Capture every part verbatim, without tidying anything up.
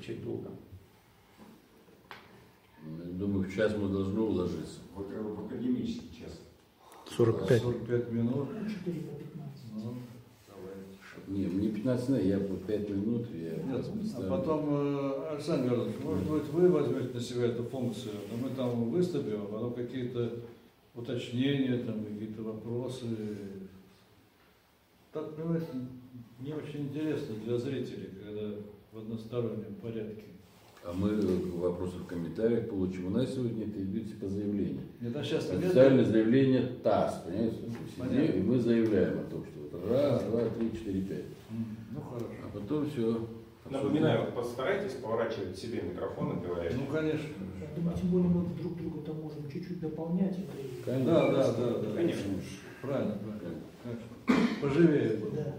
отвечать долго. Думаю, в час мы должны уложиться. Вот в академический час. сорок пять. сорок пять минут. четыре по пятнадцать. Ну, Не, мне пятнадцать минут, я по пять минут. Я нет, а потом, э, Александр Георгиевич, может быть, вы возьмете на себя эту функцию, а мы там выступим, а потом какие-то уточнения, там, какие-то вопросы. Так, понимаете, не очень интересно для зрителей, когда в одностороннем порядке. А мы вопросы в комментариях получим. У нас сегодня это идет типа заявление. Нет, а сейчас официальное заявление ТАСС, понимаете? Понятно. И мы заявляем о том, что вот раз, два, три, четыре, пять. Ну хорошо. А потом все. Напоминаю, вот постарайтесь поворачивать себе микрофон и говорить. Ну конечно. Я думаю, тем более мы друг друга-то можем чуть-чуть дополнять. Андрей. Конечно. Да, да, да, да. Конечно. Правильно, правильно. Конечно. Поживее было. Да.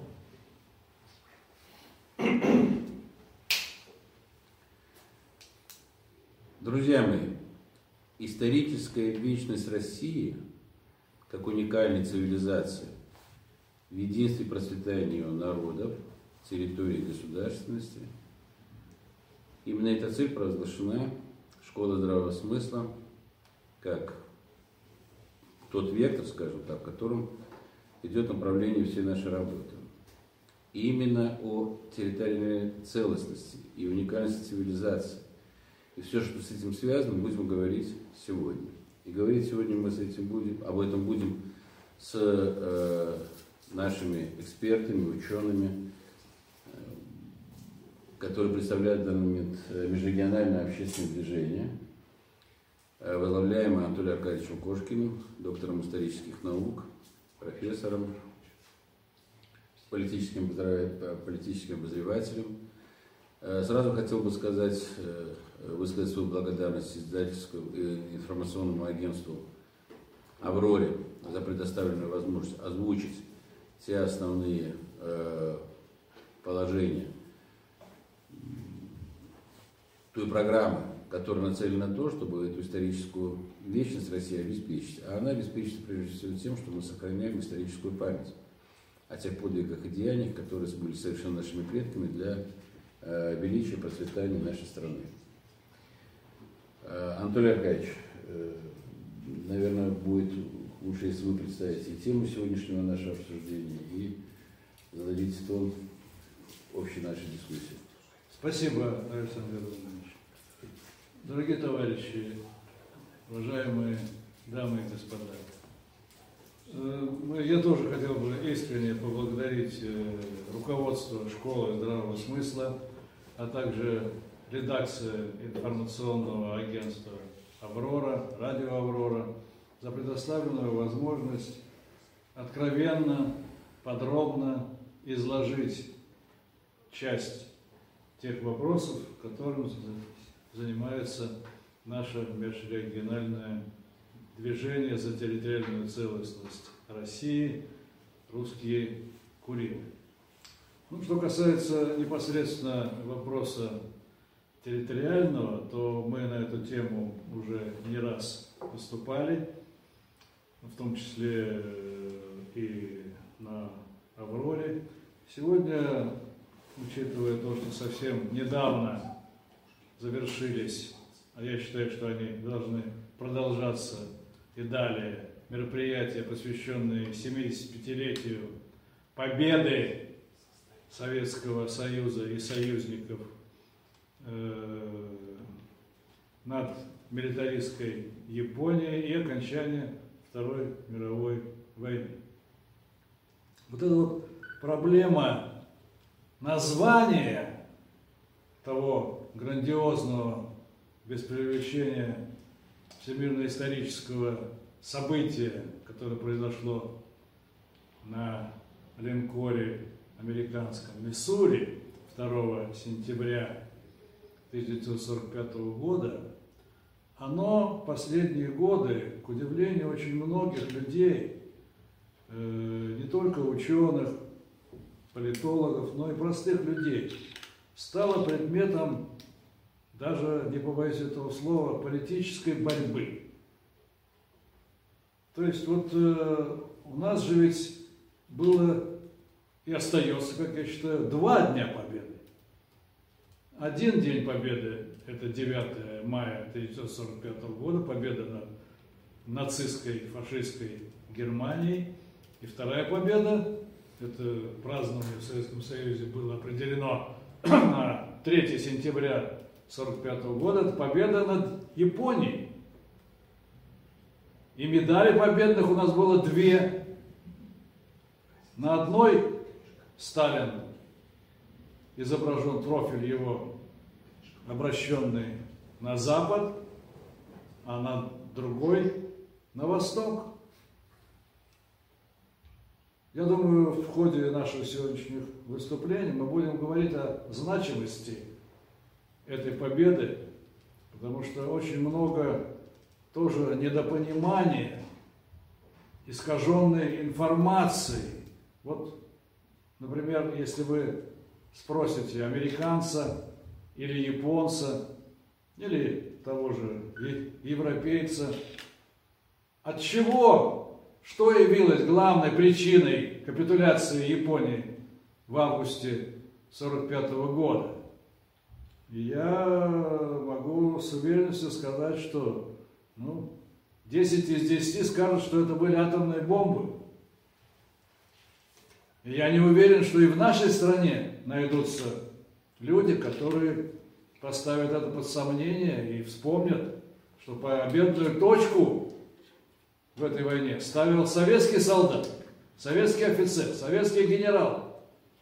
Друзья мои, историческая вечность России, как уникальной цивилизации, в единстве и процветании ее народов, территории и государственности, именно эта цель провозглашена школой здравого смысла, как тот вектор, скажем так, в котором идет направление всей нашей работы. И именно о территориальной целостности и уникальности цивилизации. И все, что с этим связано, будем говорить сегодня. И говорить сегодня мы с этим будем, об этом будем с э, нашими экспертами, учеными, э, которые представляют в данный момент межрегиональное общественное движение, э, возглавляемое Анатолием Аркадьевичем Кошкиным, доктором исторических наук, профессором, политическим, политическим обозревателем. Э, сразу хотел бы сказать, э, высказать свою благодарность издательскому и информационному агентству «Авроре» за предоставленную возможность озвучить все основные э, положения той программы, которая нацелена на то, чтобы эту историческую вечность России обеспечить. А она обеспечится прежде всего тем, что мы сохраняем историческую память о тех подвигах и деяниях, которые были совершены нашими предками для э, величия и процветания нашей страны. Анатолий Аркадьевич, наверное, будет лучше, если вы представите и тему сегодняшнего нашего обсуждения, и зададите тон общей нашей дискуссии. Спасибо, Александр Иванович. Дорогие товарищи, уважаемые дамы и господа, я тоже хотел бы искренне поблагодарить руководство школы здравого смысла, а также редакция информационного агентства «Аврора», радио «Аврора» за предоставленную возможность откровенно, подробно изложить часть тех вопросов, которым занимается наше межрегиональное движение за территориальную целостность России «Русские курилы». Ну, что касается непосредственно вопроса территориального, то мы на эту тему уже не раз выступали, в том числе и на «Авроре». Сегодня, учитывая то, что совсем недавно завершились, а я считаю, что они должны продолжаться и далее, мероприятия, посвященные семидесятипятилетию победы Советского Союза и союзников над милитаристской Японией и окончание Второй мировой войны. Вот эта вот проблема названия того грандиозного, без преувеличения, всемирно-исторического события, которое произошло на линкоре американском «Миссури» второго сентября тысяча девятьсот сорок пятого года, оно в последние годы, к удивлению очень многих людей, э, не только ученых, политологов, но и простых людей, стало предметом, даже не побоюсь этого слова, политической борьбы. То есть вот э, у нас же ведь было и остается, как я считаю, два дня победы. Один день победы, это девятое мая тысяча девятьсот сорок пятого года, победа над нацистской, фашистской Германией. И вторая победа, это празднование в Советском Союзе было определено на третье сентября сорок пятого года, это победа над Японией. И медалей победных у нас было две. На одной Сталин изображен профиль его, обращенный на запад, а на другой на восток. Я думаю, в ходе наших сегодняшних выступлений мы будем говорить о значимости этой победы, потому что очень много тоже недопонимания, искаженной информации. Вот, например, если вы спросите американца или японца, или того же европейца, от чего, что явилось главной причиной капитуляции Японии в августе сорок пятого года, я могу с уверенностью сказать, что ну, десять из десяти скажут, что это были атомные бомбы. И я не уверен, что и в нашей стране найдутся люди, которые поставят это под сомнение и вспомнят, что победную точку в этой войне ставил советский солдат, советский офицер, советский генерал.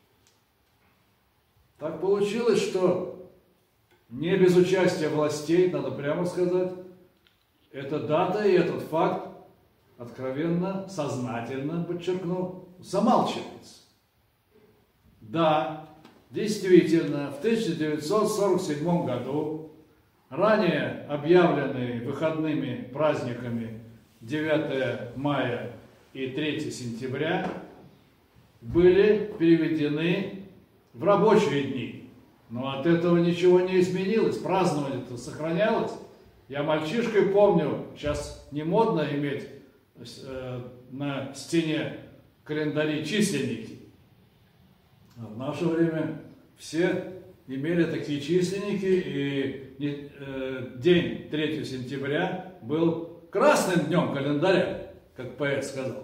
Так получилось, что не без участия властей, надо прямо сказать, эта дата и этот факт откровенно, сознательно, подчеркну, замалчивается. Да, действительно, в тысяча девятьсот сорок седьмом году ранее объявленные выходными праздниками девятое мая и третье сентября были переведены в рабочие дни. Но от этого ничего не изменилось, празднование-то сохранялось. Я мальчишкой помню, сейчас не модно иметь э, на стене календари численники. А в наше время все имели такие численники, и э, день третьего сентября был красным днем календаря, как поэт сказал.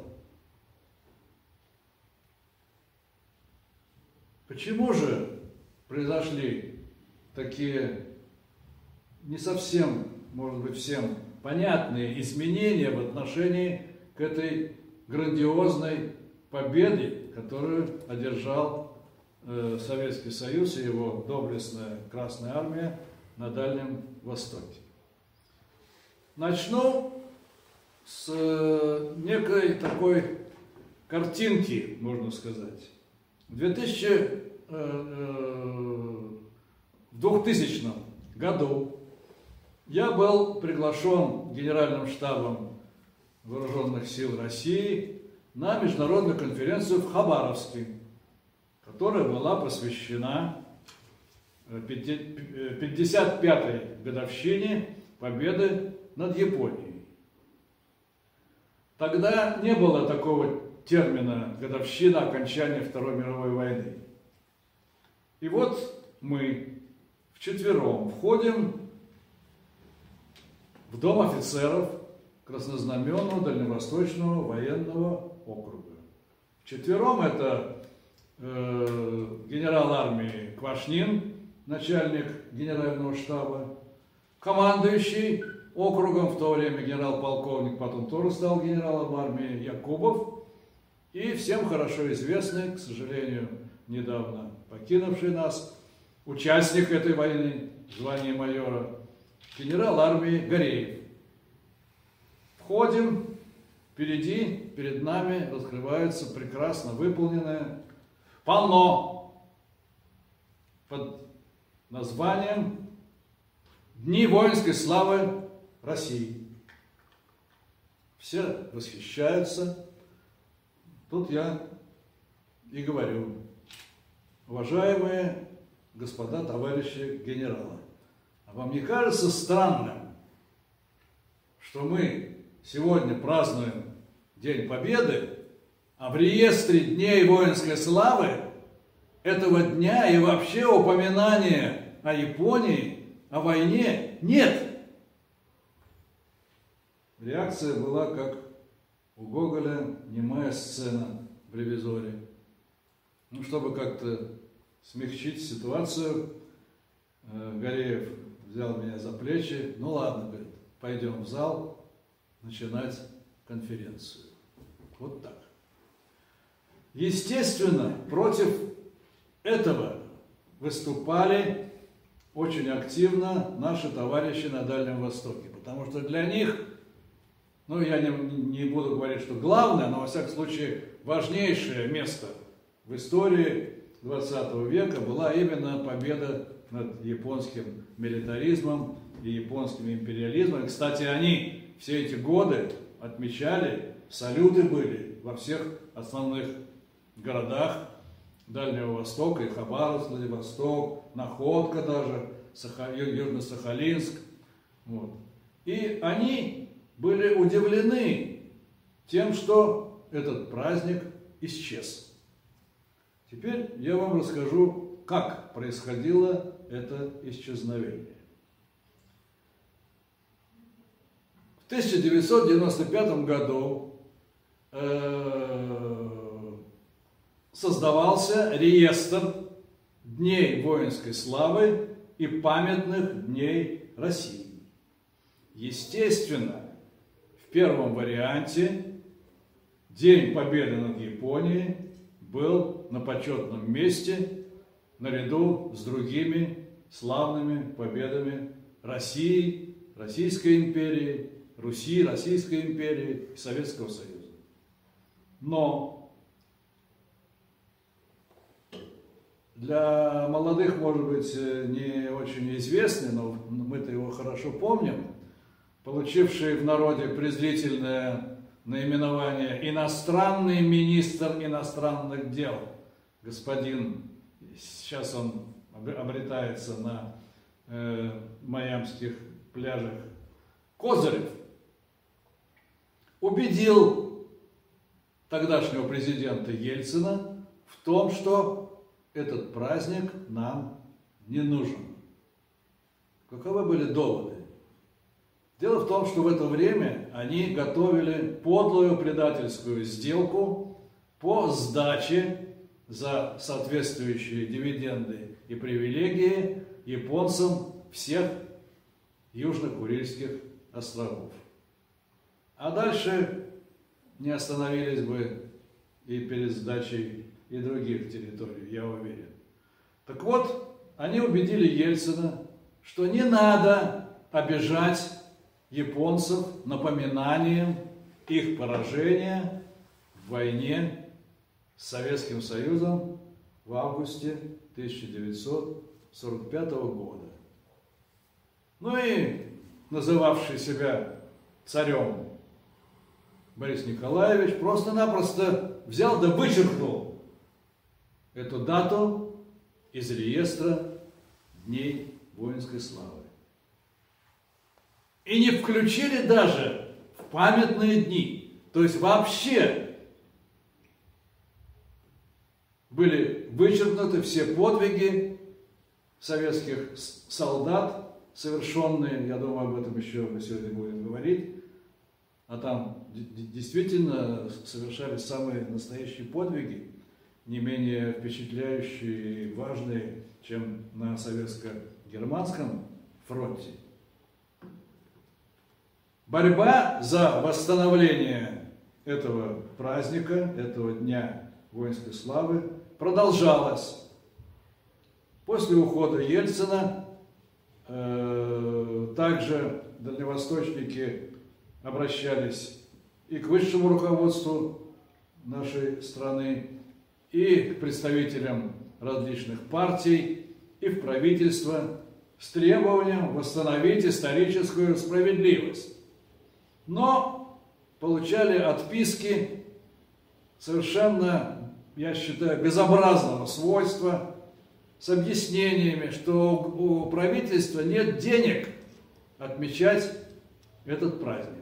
Почему же произошли такие не совсем, может быть, всем понятные изменения в отношении к этой грандиозной победе, которую одержал э, Советский Союз и его доблестная Красная Армия на Дальнем Востоке? Начну с э, некой такой картинки, можно сказать. В двухтысячном году я был приглашен Генеральным штабом Вооруженных сил России на международную конференцию в Хабаровске, которая была посвящена пятьдесят пятой годовщине победы над Японией. Тогда не было такого термина «годовщина окончания Второй мировой войны». И вот мы вчетвером входим в Дом офицеров Краснознаменного Дальневосточного военного округа. Вчетвером это э, генерал армии Квашнин, начальник генерального штаба, командующий округом в то время генерал-полковник, потом тоже стал генералом армии Якубов, и всем хорошо известный, к сожалению, недавно покинувший нас, участник этой войны, звание майора, генерал армии Гореев. Входим, впереди, перед нами раскрывается прекрасно выполненное панно под названием «Дни воинской славы России». Все восхищаются. Тут я и говорю: уважаемые господа, товарищи генералы, а вам не кажется странным, что мы сегодня празднуем День Победы, а в реестре Дней воинской славы этого дня и вообще упоминания о Японии, о войне нет. Реакция была, как у Гоголя, немая сцена в «Ревизоре». Ну, чтобы как-то смягчить ситуацию, Гореев взял меня за плечи. Ну ладно, говорит, пойдем в зал начинать конференцию. Вот так. Естественно, против этого выступали очень активно наши товарищи на Дальнем Востоке, потому что для них, ну я не, не буду говорить, что главное, но во всяком случае важнейшее место в истории двадцатого века была именно победа над японским милитаризмом и японским империализмом. И, кстати, они все эти годы отмечали, салюты были во всех основных городах Дальнего Востока, и Хабаровск, Владивосток, Находка даже, Саха... Южно-Сахалинск. Вот. И они были удивлены тем, что этот праздник исчез. Теперь я вам расскажу, как происходило это исчезновение. В тысяча девятьсот девяносто пятом году э, создавался реестр дней воинской славы и памятных дней России. Естественно, в первом варианте День Победы над Японией был на почетном месте наряду с другими славными победами России, Российской империи, Руси, Российской империи и Советского Союза. Но для молодых, может быть, не очень известный, но мы-то его хорошо помним, получивший в народе презрительное наименование «иностранный министр иностранных дел», господин, сейчас он обретается на э, майамских пляжах, Козырев, убедил тогдашнего президента Ельцина в том, что этот праздник нам не нужен. Каковы были доводы? Дело в том, что в это время они готовили подлую предательскую сделку по сдаче за соответствующие дивиденды и привилегии японцам всех Южно-Курильских островов. А дальше не остановились бы и перед сдачей и других территорий, я уверен. Так вот, они убедили Ельцина, что не надо обижать японцев напоминанием их поражения в войне с Советским Союзом в августе тысяча девятьсот сорок пятого года. Ну и называвший себя царем Борис Николаевич просто-напросто взял да вычеркнул эту дату из реестра Дней воинской славы. И не включили даже в памятные дни. То есть вообще были вычеркнуты все подвиги советских солдат, совершенные, я думаю, об этом еще мы сегодня будем говорить, а там действительно совершались самые настоящие подвиги, не менее впечатляющие и важные, чем на советско-германском фронте. Борьба за восстановление этого праздника, этого Дня воинской славы продолжалась. После ухода Ельцина э, также дальневосточники обращались и к высшему руководству нашей страны, и к представителям различных партий, и в правительство с требованием восстановить историческую справедливость. Но получали отписки совершенно, я считаю, безобразного свойства, с объяснениями, что у правительства нет денег отмечать этот праздник.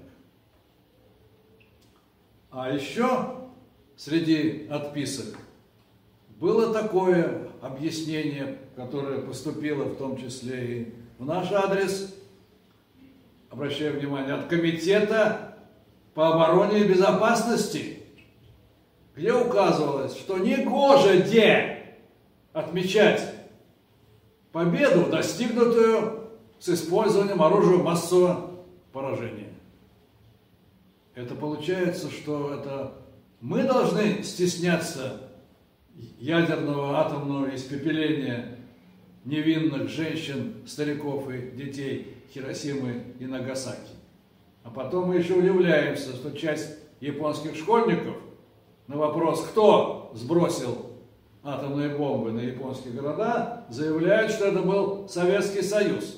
А еще среди отписок было такое объяснение, которое поступило в том числе и в наш адрес, обращаю внимание, от Комитета по обороне и безопасности, где указывалось, что негоже де отмечать победу, достигнутую с использованием оружия массового поражения. Это получается, что это мы должны стесняться ядерного атомного испепеления невинных женщин, стариков и детей Хиросимы и Нагасаки. А потом мы еще удивляемся, что часть японских школьников на вопрос, кто сбросил атомные бомбы на японские города, заявляют, что это был Советский Союз.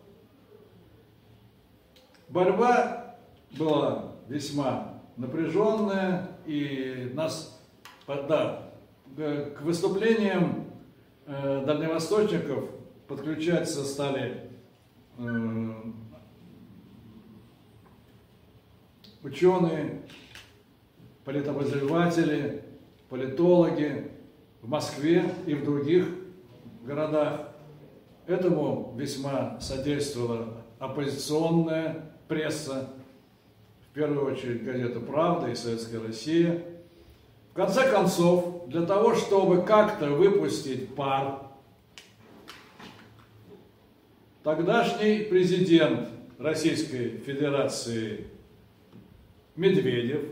Борьба была весьма напряженная, и нас, да, к выступлениям э, дальневосточников подключаться стали э, ученые, политобозреватели, политологи в Москве и в других городах. Этому весьма содействовала оппозиционная пресса, в первую очередь газета «Правда» и «Советская Россия». В конце концов, для того, чтобы как-то выпустить пар, тогдашний президент Российской Федерации Медведев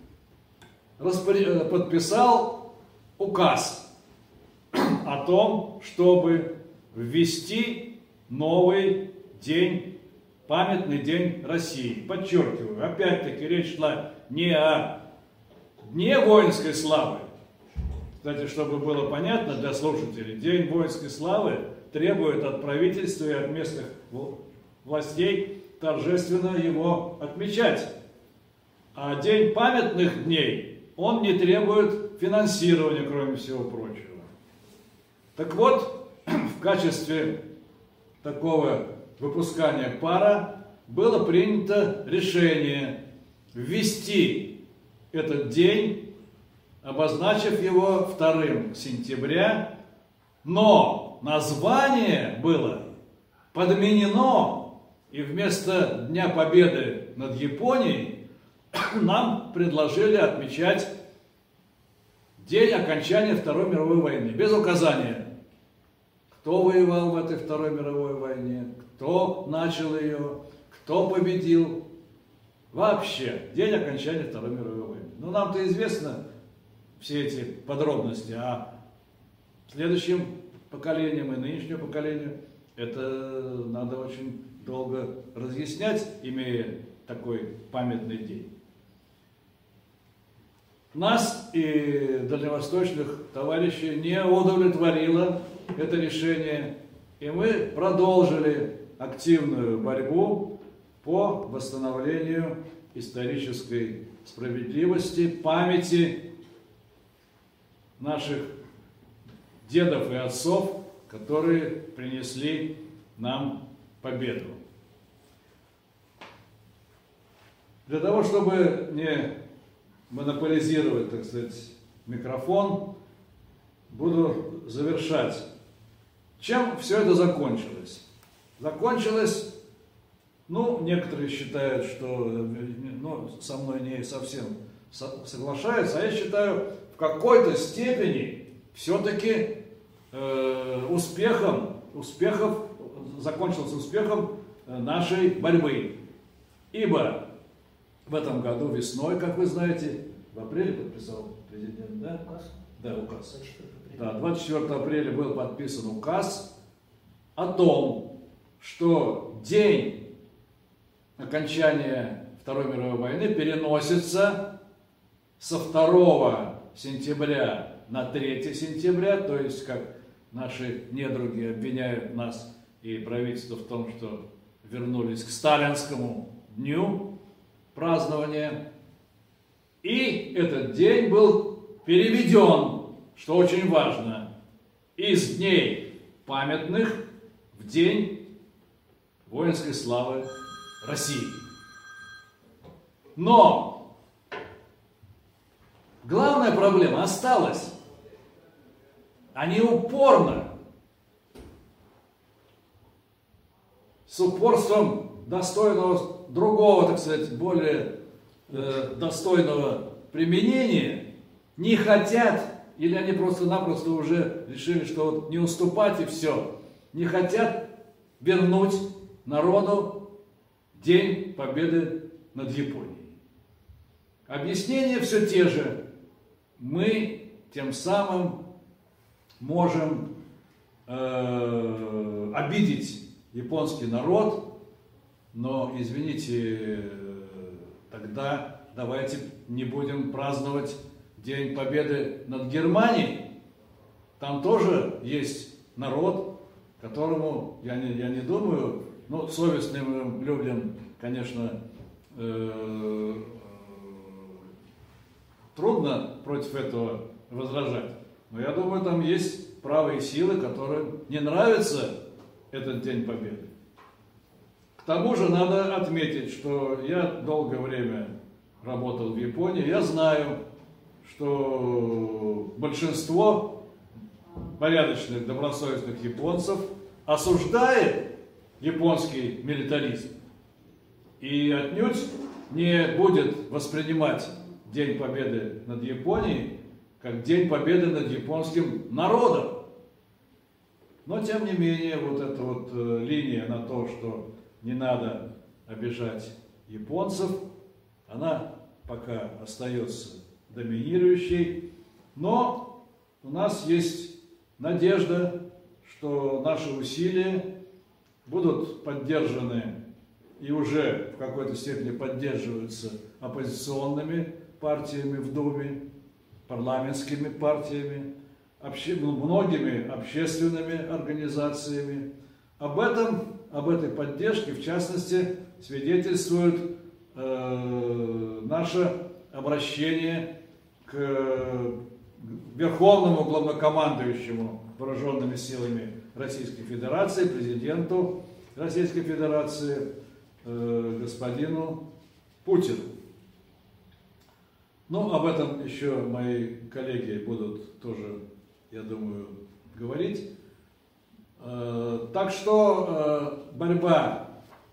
подписал указ о том, чтобы ввести новый день, памятный день России. Подчеркиваю, опять-таки речь шла не о Дне воинской славы. Кстати, чтобы было понятно для слушателей, День воинской славы требует от правительства и от местных властей торжественно его отмечать. А День памятных дней, он не требует финансирования, кроме всего прочего. Так вот, в качестве такого выпускания пара было принято решение ввести этот день, обозначив его вторым сентября, но название было подменено, и вместо Дня Победы над Японией нам предложили отмечать день окончания Второй мировой войны, без указания, кто воевал в этой Второй мировой войне, кто начал ее, кто победил. Вообще, день окончания Второй мировой войны. Ну, нам-то известно все эти подробности, а следующим поколениям и нынешнему поколению это надо очень долго разъяснять, имея такой памятный день. Нас и дальневосточных товарищей не удовлетворило это решение, и мы продолжили активную борьбу по восстановлению исторической справедливости, памяти наших дедов и отцов, которые принесли нам победу. Для того, чтобы не монополизировать, так сказать, микрофон, буду завершать. Чем все это закончилось? Закончилось, ну, некоторые считают, что, ну, со мной не совсем соглашаются, а я считаю, в какой-то степени все-таки э, успехом, успехов, закончился успехом нашей борьбы. Ибо в этом году весной, как вы знаете, в апреле подписал президент, да? Указ. Да, указ. двадцать четвёртого апреля. Да, двадцать четвёртого апреля был подписан указ о том, что день окончания Второй мировой войны переносится со второго сентября на третье сентября, то есть, как наши недруги обвиняют нас и правительство в том, что вернулись к сталинскому дню празднования. И этот день был переведен, что очень важно, из дней памятных в день воинской славы России. Но главная проблема осталась. они упорно, с упорством достойного другого, так сказать, более э, достойного применения, не хотят, или они просто-напросто уже решили, что вот не уступать и все, не хотят вернуть народу День Победы над Японией. Объяснения все те же. Мы тем самым можем э, обидеть японский народ, но, извините, тогда давайте не будем праздновать День Победы над Германией. Там тоже есть народ, которому, я не, я не думаю, ну, совестным людям, конечно, э, трудно против этого возражать. Но я думаю, там есть правые силы, которым не нравится этот День Победы. К тому же надо отметить, что я долгое время работал в Японии, я знаю, что большинство порядочных, добросовестных японцев осуждает японский милитаризм и отнюдь не будет воспринимать День Победы над Японией как День Победы над японским народом. Но, тем не менее, вот эта вот э, линия на то, что не надо обижать японцев, она пока остается доминирующей. Но у нас есть надежда, что наши усилия будут поддержаны и уже в какой-то степени поддерживаются оппозиционными партиями в Думе, парламентскими партиями, обще, многими общественными организациями. Об этом, об этой поддержке, в частности, свидетельствует э, наше обращение к Верховному главнокомандующему вооруженными силами Российской Федерации, президенту Российской Федерации, э, господину Путину. Ну, об этом еще мои коллеги будут тоже, я думаю, говорить. Э, так что э, борьба,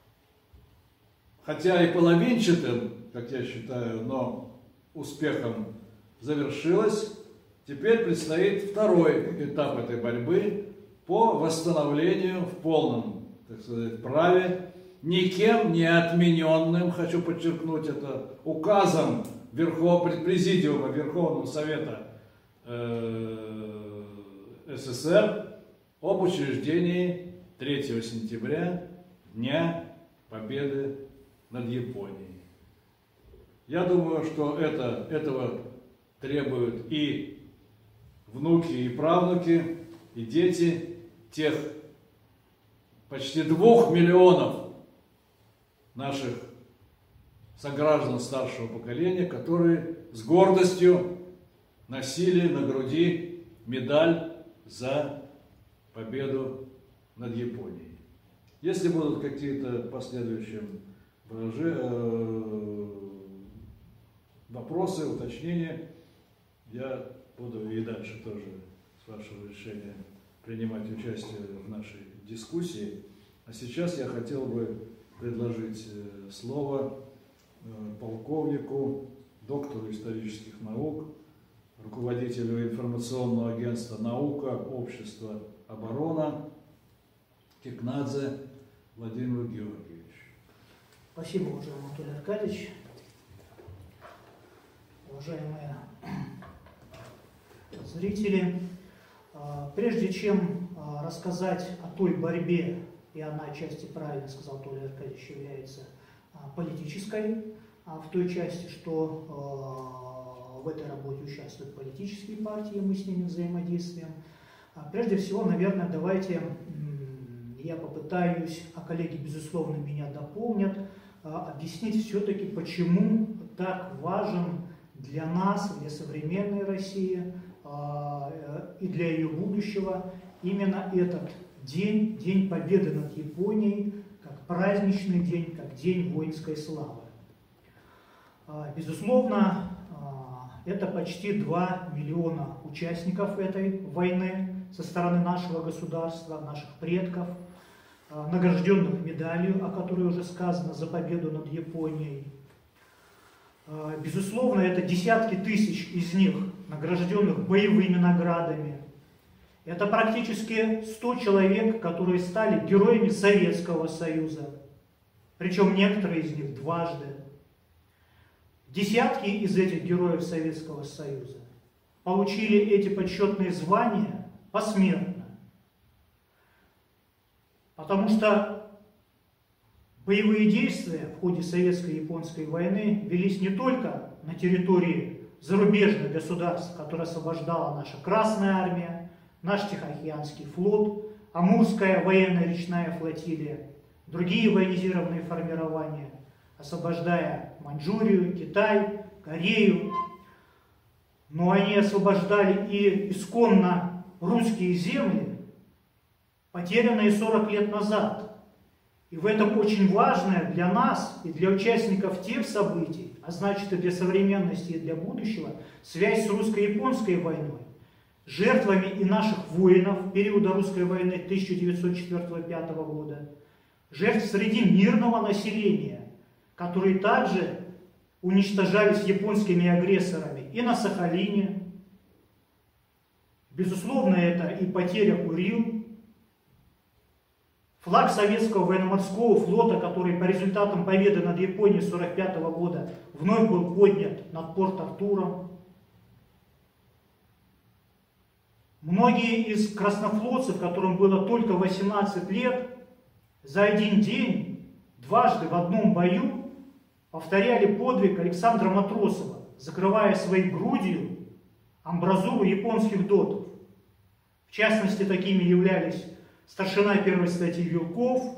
хотя и половинчатым, как я считаю, но успехом завершилась. Теперь предстоит второй этап этой борьбы по восстановлению в полном, так сказать, праве, никем не отмененным, хочу подчеркнуть это, указом Верхов... Президиума Верховного Совета э... СССР об учреждении третьего сентября Дня Победы над Японией. Я думаю, что это, этого требуют и внуки, и правнуки, и дети тех почти двух миллионов наших сограждан старшего поколения, которые с гордостью носили на груди медаль за победу над Японией. Если будут какие-то последующие вопросы, уточнения, я буду и дальше тоже, с вашего решения, принимать участие в нашей дискуссии. А сейчас я хотел бы предложить слово полковнику, доктору исторических наук, руководителю информационного агентства «Наука. Общество. Оборона» Кикнадзе Владимиру Георгиевичу. Спасибо, уважаемый Анатолий Аркадьевич. Уважаемые зрители, прежде чем рассказать о той борьбе, и она отчасти, правильно сказал Анатолий Аркадьевич, является политической, в той части, что в этой работе участвуют политические партии, мы с ними взаимодействуем. Прежде всего, наверное, давайте я попытаюсь, а коллеги, безусловно, меня дополнят, объяснить все-таки, почему так важен для нас, для современной России и для ее будущего именно этот день, День Победы над Японией, как праздничный день, как день воинской славы. Безусловно, это почти два миллиона участников этой войны со стороны нашего государства, наших предков, награжденных медалью, о которой уже сказано, за победу над Японией. Безусловно, это десятки тысяч из них, награжденных боевыми наградами. Это практически сто человек, которые стали героями Советского Союза, причем некоторые из них дважды. Десятки из этих героев Советского Союза получили эти почетные звания посмертно, потому что боевые действия в ходе Советско-японской войны велись не только на территории зарубежных государств, которые освобождала наша Красная Армия, наш Тихоокеанский флот, Амурская военно-речная флотилия, другие военизированные формирования, освобождая Маньчжурию, Китай, Корею. Но они освобождали и исконно русские земли, потерянные сорок лет назад. И в этом очень важная для нас и для участников тех событий, а значит и для современности, и для будущего, связь с русско-японской войной, жертвами и наших воинов периода русской войны тысяча девятьсот четвёртого — тысяча девятьсот пятого года, жертв среди мирного населения, которые также уничтожались японскими агрессорами и на Сахалине. Безусловно, это и потеря Курил, флаг Советского военно-морского флота, который по результатам победы над Японией сорок пятого года вновь был поднят над Порт-Артуром. Многие из краснофлотцев, которым было только восемнадцать лет, за один день, дважды в одном бою повторяли подвиг Александра Матросова, закрывая своей грудью амбразуру японских дотов. В частности, такими являлись старшина первой статьи Вилков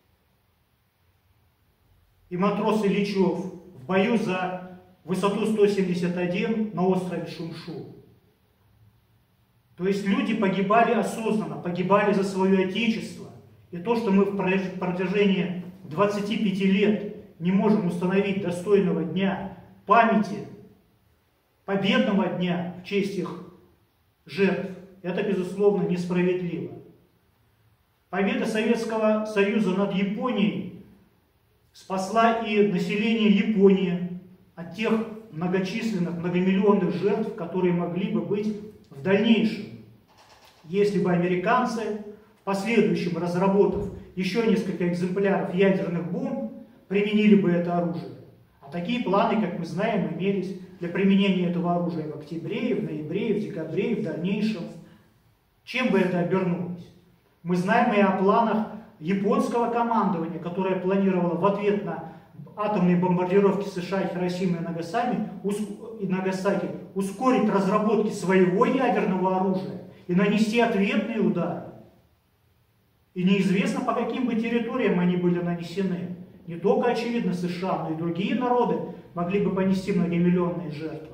и матрос Ильичев в бою за высоту сто семьдесят один на острове Шумшу. То есть люди погибали осознанно, погибали за свое отечество. И то, что мы в протяжении двадцати пяти лет не можем установить достойного дня памяти, победного дня в честь их жертв, это, безусловно, несправедливо. Победа Советского Союза над Японией спасла и население Японии от тех многочисленных, многомиллионных жертв, которые могли бы быть в дальнейшем, если бы американцы, в последующем разработав еще несколько экземпляров ядерных бомб, применили бы это оружие. А такие планы, как мы знаем, имелись для применения этого оружия в октябре, в ноябре, в декабре и в дальнейшем. Чем бы это обернулось? Мы знаем и о планах японского командования, которое планировало в ответ на атомные бомбардировки США, Хиросимы и Нагасаки, и Нагасаки ускорить разработки своего ядерного оружия и нанести ответные удары. И неизвестно, по каким бы территориям они были нанесены. Не только, очевидно, США, но и другие народы могли бы понести многомиллионные жертвы.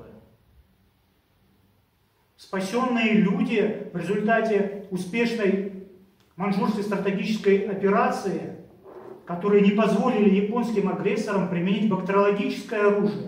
Спасенные люди в результате успешной маньчжурской стратегической операции, которые не позволили японским агрессорам применить бактериологическое оружие.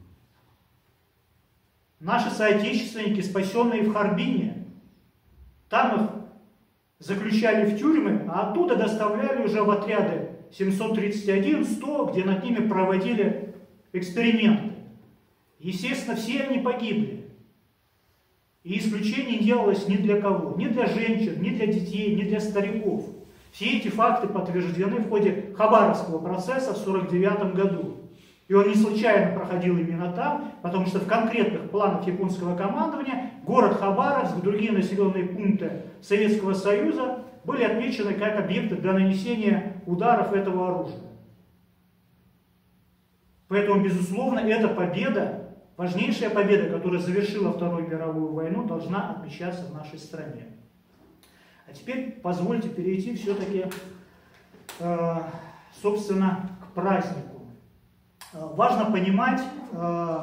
Наши соотечественники, спасенные в Харбине, там их заключали в тюрьмы, а оттуда доставляли уже в отряды семьсот тридцать один — сто, где над ними проводили эксперименты. Естественно, все они погибли. И исключений не делалось ни для кого, ни для женщин, ни для детей, ни для стариков. Все эти факты подтверждены в ходе Хабаровского процесса в сорок девятом году. И он не случайно проходил именно там, потому что в конкретных планах японского командования город Хабаровск и другие населенные пункты Советского Союза были отмечены как объекты для нанесения ударов этого оружия. Поэтому, безусловно, эта победа, важнейшая победа, которая завершила Вторую мировую войну, должна отмечаться в нашей стране. А теперь позвольте перейти все-таки, э, собственно, к празднику. Э, важно понимать э,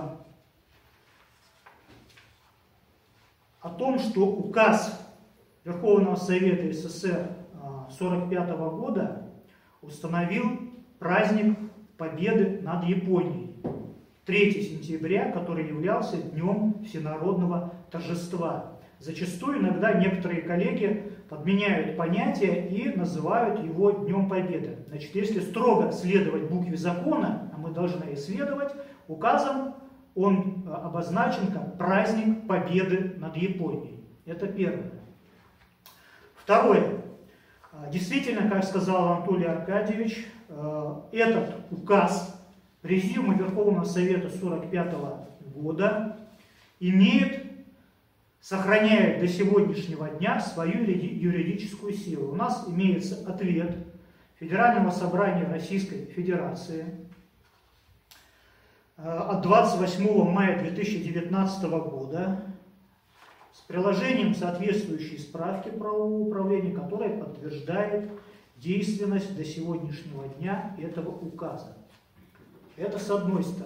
о том, что указ Верховного Совета СССР сорок пятого года установил праздник Победы над Японией. третьего сентября, который являлся днем всенародного торжества. Зачастую иногда некоторые коллеги подменяют понятие и называют его Днем Победы. Значит, если строго следовать букве закона, а мы должны исследовать, указом он обозначен как праздник Победы над Японией. Это первое. Второе. Действительно, как сказал Анатолий Аркадьевич, этот указ Президиума Верховного Совета сорок пятого года имеет, сохраняет до сегодняшнего дня свою юридическую силу. У нас имеется ответ Федерального собрания Российской Федерации от двадцать восьмого мая две тысячи девятнадцатого года с приложением соответствующей справки правового управления, которая подтверждает действенность до сегодняшнего дня этого указа. Это с одной стороны.